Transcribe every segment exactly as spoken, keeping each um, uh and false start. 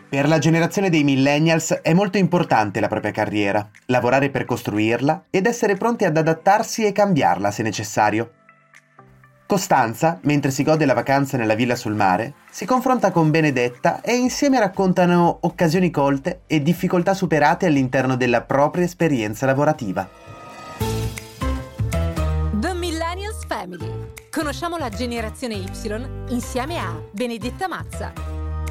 Per la generazione dei millennials è molto importante la propria carriera, lavorare per costruirla ed essere pronti ad adattarsi e cambiarla se necessario. Costanza, mentre si gode la vacanza nella villa sul mare, si confronta con Benedetta e insieme raccontano occasioni colte e difficoltà superate all'interno della propria esperienza lavorativa. The Millennials Family. Conosciamo la generazione Y insieme a Benedetta Mazza.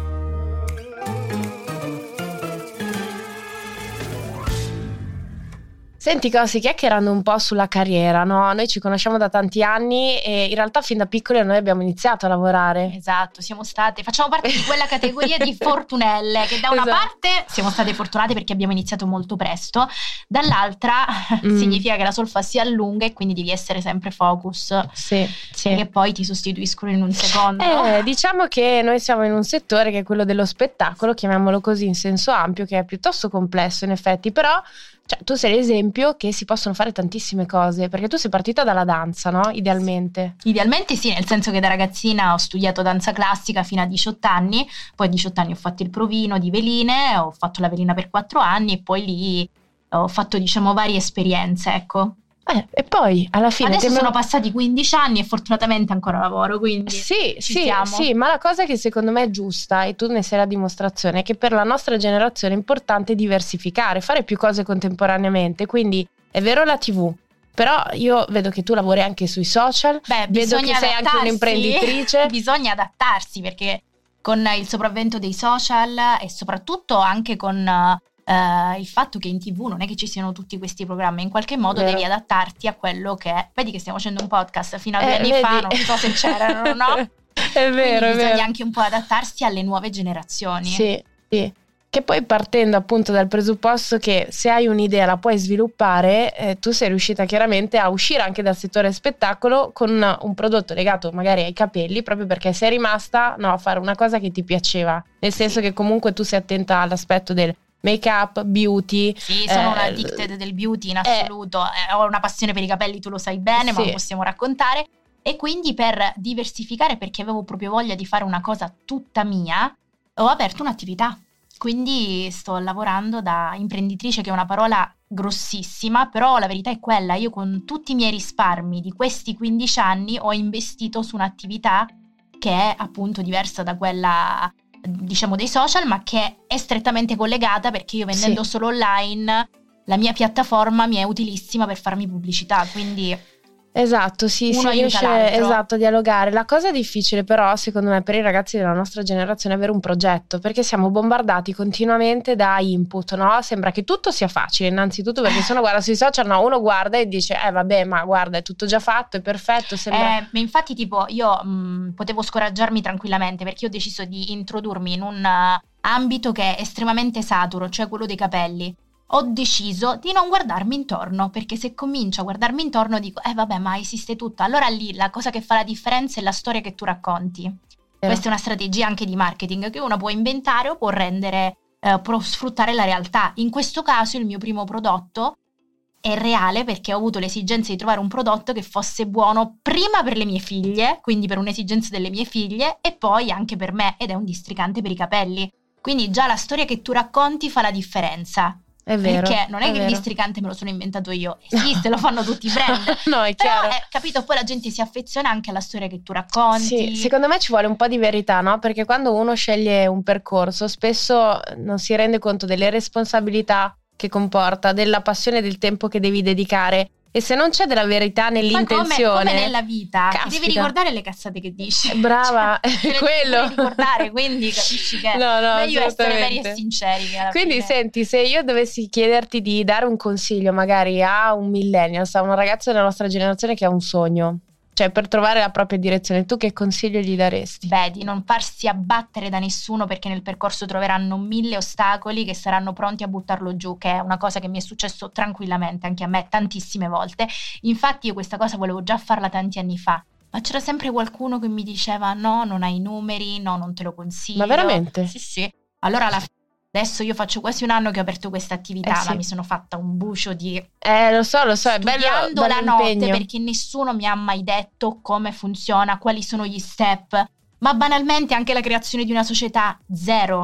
Senti Cosi, chiacchierando un po' sulla carriera, no? Noi ci conosciamo da tanti anni e in realtà fin da piccoli noi abbiamo iniziato a lavorare. Esatto, siamo state, facciamo parte di quella categoria di fortunelle che da una Esatto. parte siamo state fortunate perché abbiamo iniziato molto presto, dall'altra mm. significa che la solfa si allunga e quindi devi essere sempre focus. Sì, sì. Perché poi ti sostituiscono in un secondo. Eh, diciamo che noi siamo in un settore che è quello dello spettacolo, chiamiamolo così in senso ampio, che è piuttosto complesso in effetti, però cioè, tu sei l'esempio che si possono fare tantissime cose, perché tu sei partita dalla danza, no? Idealmente. Idealmente sì, nel senso che da ragazzina ho studiato danza classica fino a diciotto anni, poi a diciotto anni ho fatto il provino di veline, ho fatto la velina per quattro anni e poi lì ho fatto diciamo varie esperienze, ecco. Eh, e poi alla fine adesso sono sono passati quindici anni e fortunatamente ancora lavoro, quindi sì, ci sì, siamo. sì, ma la cosa che secondo me è giusta e tu ne sei la dimostrazione è che per la nostra generazione è importante diversificare, fare più cose contemporaneamente, quindi è vero la tivù, però io vedo che tu lavori anche sui social. Beh, vedo che sei anche un'imprenditrice. Bisogna adattarsi perché con il sopravvento dei social e soprattutto anche con Uh, il fatto che in tivù non è che ci siano tutti questi programmi, in qualche modo Vero. Devi adattarti a quello che è. Vedi che stiamo facendo un podcast fino a due eh, anni vedi. fa, non so se c'erano, no? È vero, Quindi è bisogna vero. anche un po' adattarsi alle nuove generazioni. Sì, sì. Che poi partendo appunto dal presupposto che se hai un'idea la puoi sviluppare, eh, tu sei riuscita chiaramente a uscire anche dal settore spettacolo con un prodotto legato magari ai capelli, proprio perché sei rimasta no, a fare una cosa che ti piaceva, nel senso che comunque tu sei attenta all'aspetto del make up, beauty. Sì, sono eh, una addicted del beauty in assoluto, eh, ho una passione per i capelli, tu lo sai bene, sì. ma lo possiamo raccontare. E quindi per diversificare, perché avevo proprio voglia di fare una cosa tutta mia, ho aperto un'attività. Quindi sto lavorando da imprenditrice, che è una parola grossissima, però la verità è quella, io con tutti i miei risparmi di questi quindici anni ho investito su un'attività che è appunto diversa da quella diciamo dei social, ma che è strettamente collegata, perché io vendendo sì. solo online la mia piattaforma mi è utilissima per farmi pubblicità, quindi esatto, sì, uno si aiuta riesce l'altro. esatto a dialogare. La cosa difficile però secondo me per i ragazzi della nostra generazione è avere un progetto, perché siamo bombardati continuamente da input, no? Sembra che tutto sia facile innanzitutto, perché se uno guarda sui social, no, uno guarda e dice eh vabbè, ma guarda, è tutto già fatto, è perfetto, sembra... eh, ma infatti tipo io mh, potevo scoraggiarmi tranquillamente, perché io ho deciso di introdurmi in un uh, ambito che è estremamente saturo, cioè quello dei capelli. Ho deciso di non guardarmi intorno, perché se comincio a guardarmi intorno dico eh vabbè, ma esiste tutto. Allora lì la cosa che fa la differenza è la storia che tu racconti. Eh. Questa è una strategia anche di marketing che uno può inventare o può rendere, eh, può sfruttare la realtà. In questo caso il mio primo prodotto è reale, perché ho avuto l'esigenza di trovare un prodotto che fosse buono prima per le mie figlie, quindi per un'esigenza delle mie figlie, e poi anche per me, ed è un districante per i capelli. Quindi già la storia che tu racconti fa la differenza. È vero, perché non è, è che vero. il districante me lo sono inventato io, esiste, lo fanno tutti i brand. No, è però chiaro. eh, capito, poi la gente si affeziona anche alla storia che tu racconti. Sì, secondo me ci vuole un po' di verità, no? Perché quando uno sceglie un percorso spesso non si rende conto delle responsabilità che comporta, della passione, del tempo che devi dedicare. E se non c'è della verità nell'intenzione, ma come, come nella vita, ti caspita. devi ricordare le cazzate che dici. Brava, cioè, te le quello. devi ricordare, quindi capisci che no, no, meglio essere veri assolutamente. e sinceri. Che alla Quindi fine... senti, se io dovessi chiederti di dare un consiglio magari a un millennial, a una ragazza della nostra generazione che ha un sogno, cioè per trovare la propria direzione, tu che consiglio gli daresti? Beh, di non farsi abbattere da nessuno, perché nel percorso troveranno mille ostacoli che saranno pronti a buttarlo giù, che è una cosa che mi è successo tranquillamente anche a me tantissime volte. Infatti io questa cosa volevo già farla tanti anni fa, ma c'era sempre qualcuno che mi diceva no, non hai i numeri, no, non te lo consiglio. Ma veramente? Sì, sì. Allora alla fine, adesso io faccio quasi un anno che ho aperto questa attività, Eh sì. ma mi sono fatta un bucio di Eh, lo so, lo so, è bello studiando la notte, dall'impegno. perché nessuno mi ha mai detto come funziona, quali sono gli step, ma banalmente anche la creazione di una società, zero.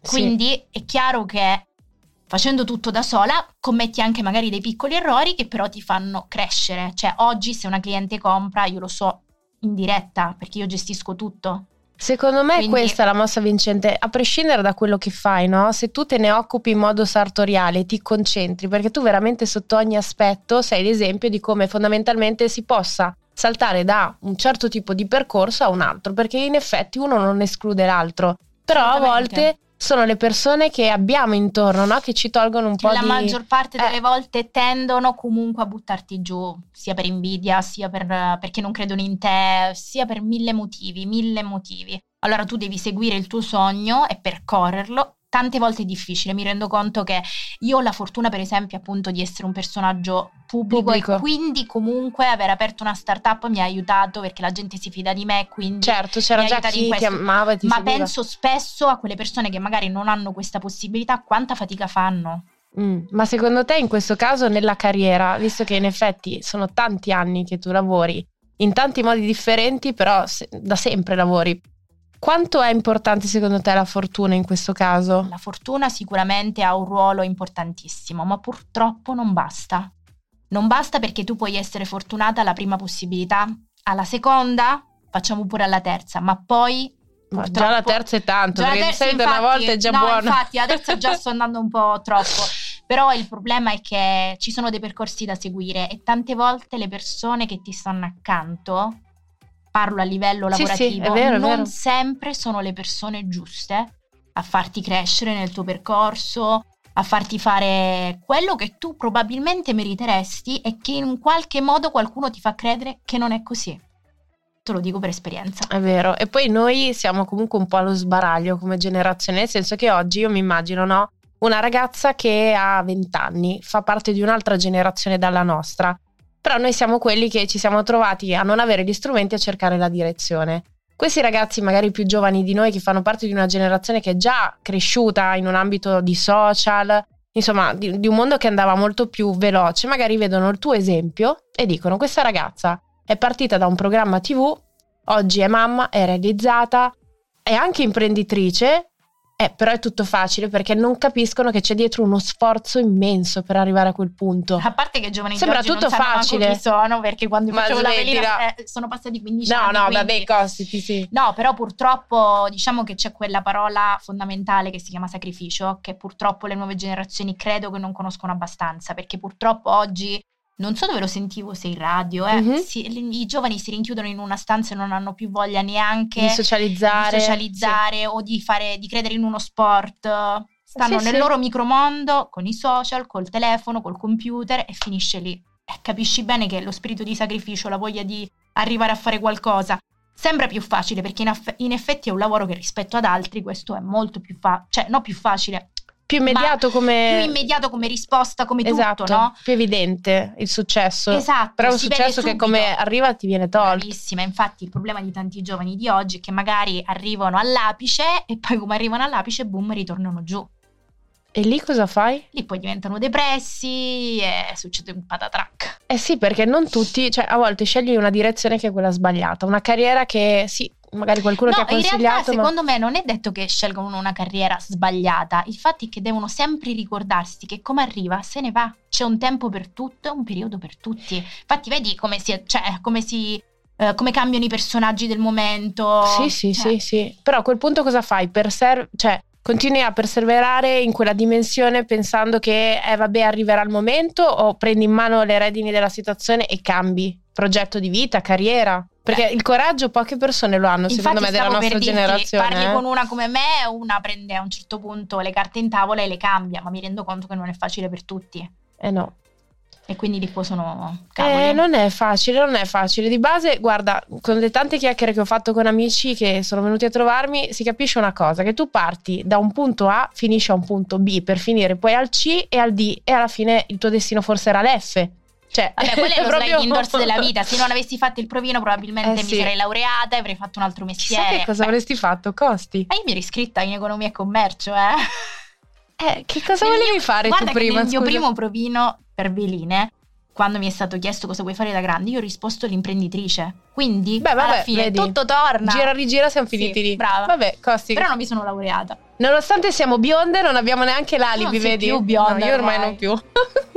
Quindi sì. È chiaro che facendo tutto da sola commetti anche magari dei piccoli errori che però ti fanno crescere. Cioè oggi se una cliente compra, io lo so in diretta perché io gestisco tutto. Secondo me Quindi, questa è la mossa vincente, a prescindere da quello che fai, no? Se tu te ne occupi in modo sartoriale, ti concentri, perché tu veramente sotto ogni aspetto sei l'esempio di come fondamentalmente si possa saltare da un certo tipo di percorso a un altro, perché in effetti uno non esclude l'altro. Però a volte sono le persone che abbiamo intorno, no? Che ci tolgono un che po' la di... maggior parte delle eh. volte tendono comunque a buttarti giù, sia per invidia, sia per, perché non credono in te, sia per mille motivi, mille motivi. Allora tu devi seguire il tuo sogno e percorrerlo. Tante volte è difficile, mi rendo conto che io ho la fortuna per esempio appunto di essere un personaggio pubblico, Pubblico. E quindi comunque aver aperto una startup mi ha aiutato perché la gente si fida di me, quindi Certo, c'era mi ha già aiutato in chi ti questo. amava e ti Ma seguiva. penso spesso a quelle persone che magari non hanno questa possibilità, quanta fatica fanno. Mm, ma secondo te in questo caso nella carriera, visto che in effetti sono tanti anni che tu lavori in tanti modi differenti, però se, da sempre lavori, quanto è importante secondo te la fortuna in questo caso? La fortuna sicuramente ha un ruolo importantissimo, ma purtroppo non basta. Non basta perché tu puoi essere fortunata alla prima possibilità, alla seconda, facciamo pure alla terza, ma poi Ma già la terza è tanto, già la perché di terza, solito infatti, una volta è già no, buona. infatti la terza già sto andando un po' troppo. Però il problema è che ci sono dei percorsi da seguire e tante volte le persone che ti stanno accanto, parlo a livello Sì, lavorativo, sì, è vero, è non vero. sempre sono le persone giuste a farti crescere nel tuo percorso, a farti fare quello che tu probabilmente meriteresti e che in qualche modo qualcuno ti fa credere che non è così. Te lo dico per esperienza. È vero, e poi noi siamo comunque un po' allo sbaraglio come generazione, nel senso che oggi io mi immagino, no? Una ragazza che ha venti anni, fa parte di un'altra generazione dalla nostra, però noi siamo quelli che ci siamo trovati a non avere gli strumenti a cercare la direzione. Questi ragazzi magari più giovani di noi che fanno parte di una generazione che è già cresciuta in un ambito di social, insomma di, di un mondo che andava molto più veloce, magari vedono il tuo esempio e dicono: questa ragazza è partita da un programma tivù, oggi è mamma, è realizzata, è anche imprenditrice. Eh, però è tutto facile perché non capiscono che c'è dietro uno sforzo immenso per arrivare a quel punto. A parte che i giovani Sembra di oggi tutto non sanno facile. manco chi sono, perché quando Ma facevo la smettila. velina eh, sono passati quindici No, anni. no, quindi... vabbè, costiti, sì. No, però purtroppo diciamo che c'è quella parola fondamentale che si chiama sacrificio, che purtroppo le nuove generazioni credo che non conoscono abbastanza, perché purtroppo oggi, non so dove lo sentivo, se in radio, eh, Mhm. si, i giovani si rinchiudono in una stanza e non hanno più voglia neanche Di socializzare. di socializzare o di fare, di credere in uno sport. Stanno Sì, nel sì. loro micromondo con i social, col telefono, col computer e finisce lì. E capisci bene che lo spirito di sacrificio, la voglia di arrivare a fare qualcosa sembra più facile, perché in, aff- in effetti è un lavoro che rispetto ad altri questo è molto più facile, cioè no più facile, Più immediato come... più immediato come risposta, come esatto, tutto, no? più evidente il successo. Esatto, Però è un si vede successo che subito. come arriva ti viene tolto. Bravissima, infatti il problema di tanti giovani di oggi è che magari arrivano all'apice e poi come arrivano all'apice, boom, ritornano giù. E lì cosa fai? Lì poi diventano depressi e succede un patatrac. Eh sì, perché non tutti, cioè a volte scegli una direzione che è quella sbagliata, una carriera che sì, magari qualcuno No, ti ha in consigliato, realtà ma... secondo me non è detto che scelgono una carriera sbagliata, il fatto è che devono sempre ricordarsi che come arriva se ne va, c'è un tempo per tutto e un periodo per tutti. Infatti vedi come si, cioè, come si eh, come cambiano i personaggi del momento. Sì, sì, cioè, sì, sì. Però a quel punto cosa fai? Perser- cioè, continui a perseverare in quella dimensione pensando che eh, vabbè, arriverà il momento, o prendi in mano le redini della situazione e cambi progetto di vita, carriera? Perché Beh. il coraggio poche persone lo hanno, secondo me, Infatti della stavo per nostra dirti, generazione. parli eh. con una come me, una prende a un certo punto le carte in tavola e le cambia, ma mi rendo conto che non è facile per tutti. Eh no. E quindi lì poi sono cavoli. Eh, non è facile, non è facile. Di base, guarda, con le tante chiacchiere che ho fatto con amici che sono venuti a trovarmi, si capisce una cosa, che tu parti da un punto A, finisci a un punto B, per finire poi al C e al D, e alla fine il tuo destino forse era l'F. Cioè, Vabbè, quello è lo proprio- sliding doors della vita. Se non avessi fatto il provino probabilmente Eh, mi sì. sarei laureata e avrei fatto un altro Chissà mestiere. che cosa Beh, avresti fatto, Costi? ma io mi ero iscritta in economia e commercio, eh. Eh, che cosa Nel volevi mio- fare guarda tu che prima? nel mio scusa? primo provino per veline, quando mi è stato chiesto cosa vuoi fare da grande, io ho risposto l'imprenditrice. Quindi Beh, vabbè, alla fine vedi. tutto torna. Gira rigira siamo Sì, finiti lì. brava. Vabbè, Costi. Però non mi sono laureata. Nonostante siamo bionde, non abbiamo neanche l'alibi, non sei vedi? più bionda, no, io ormai ormai. non più.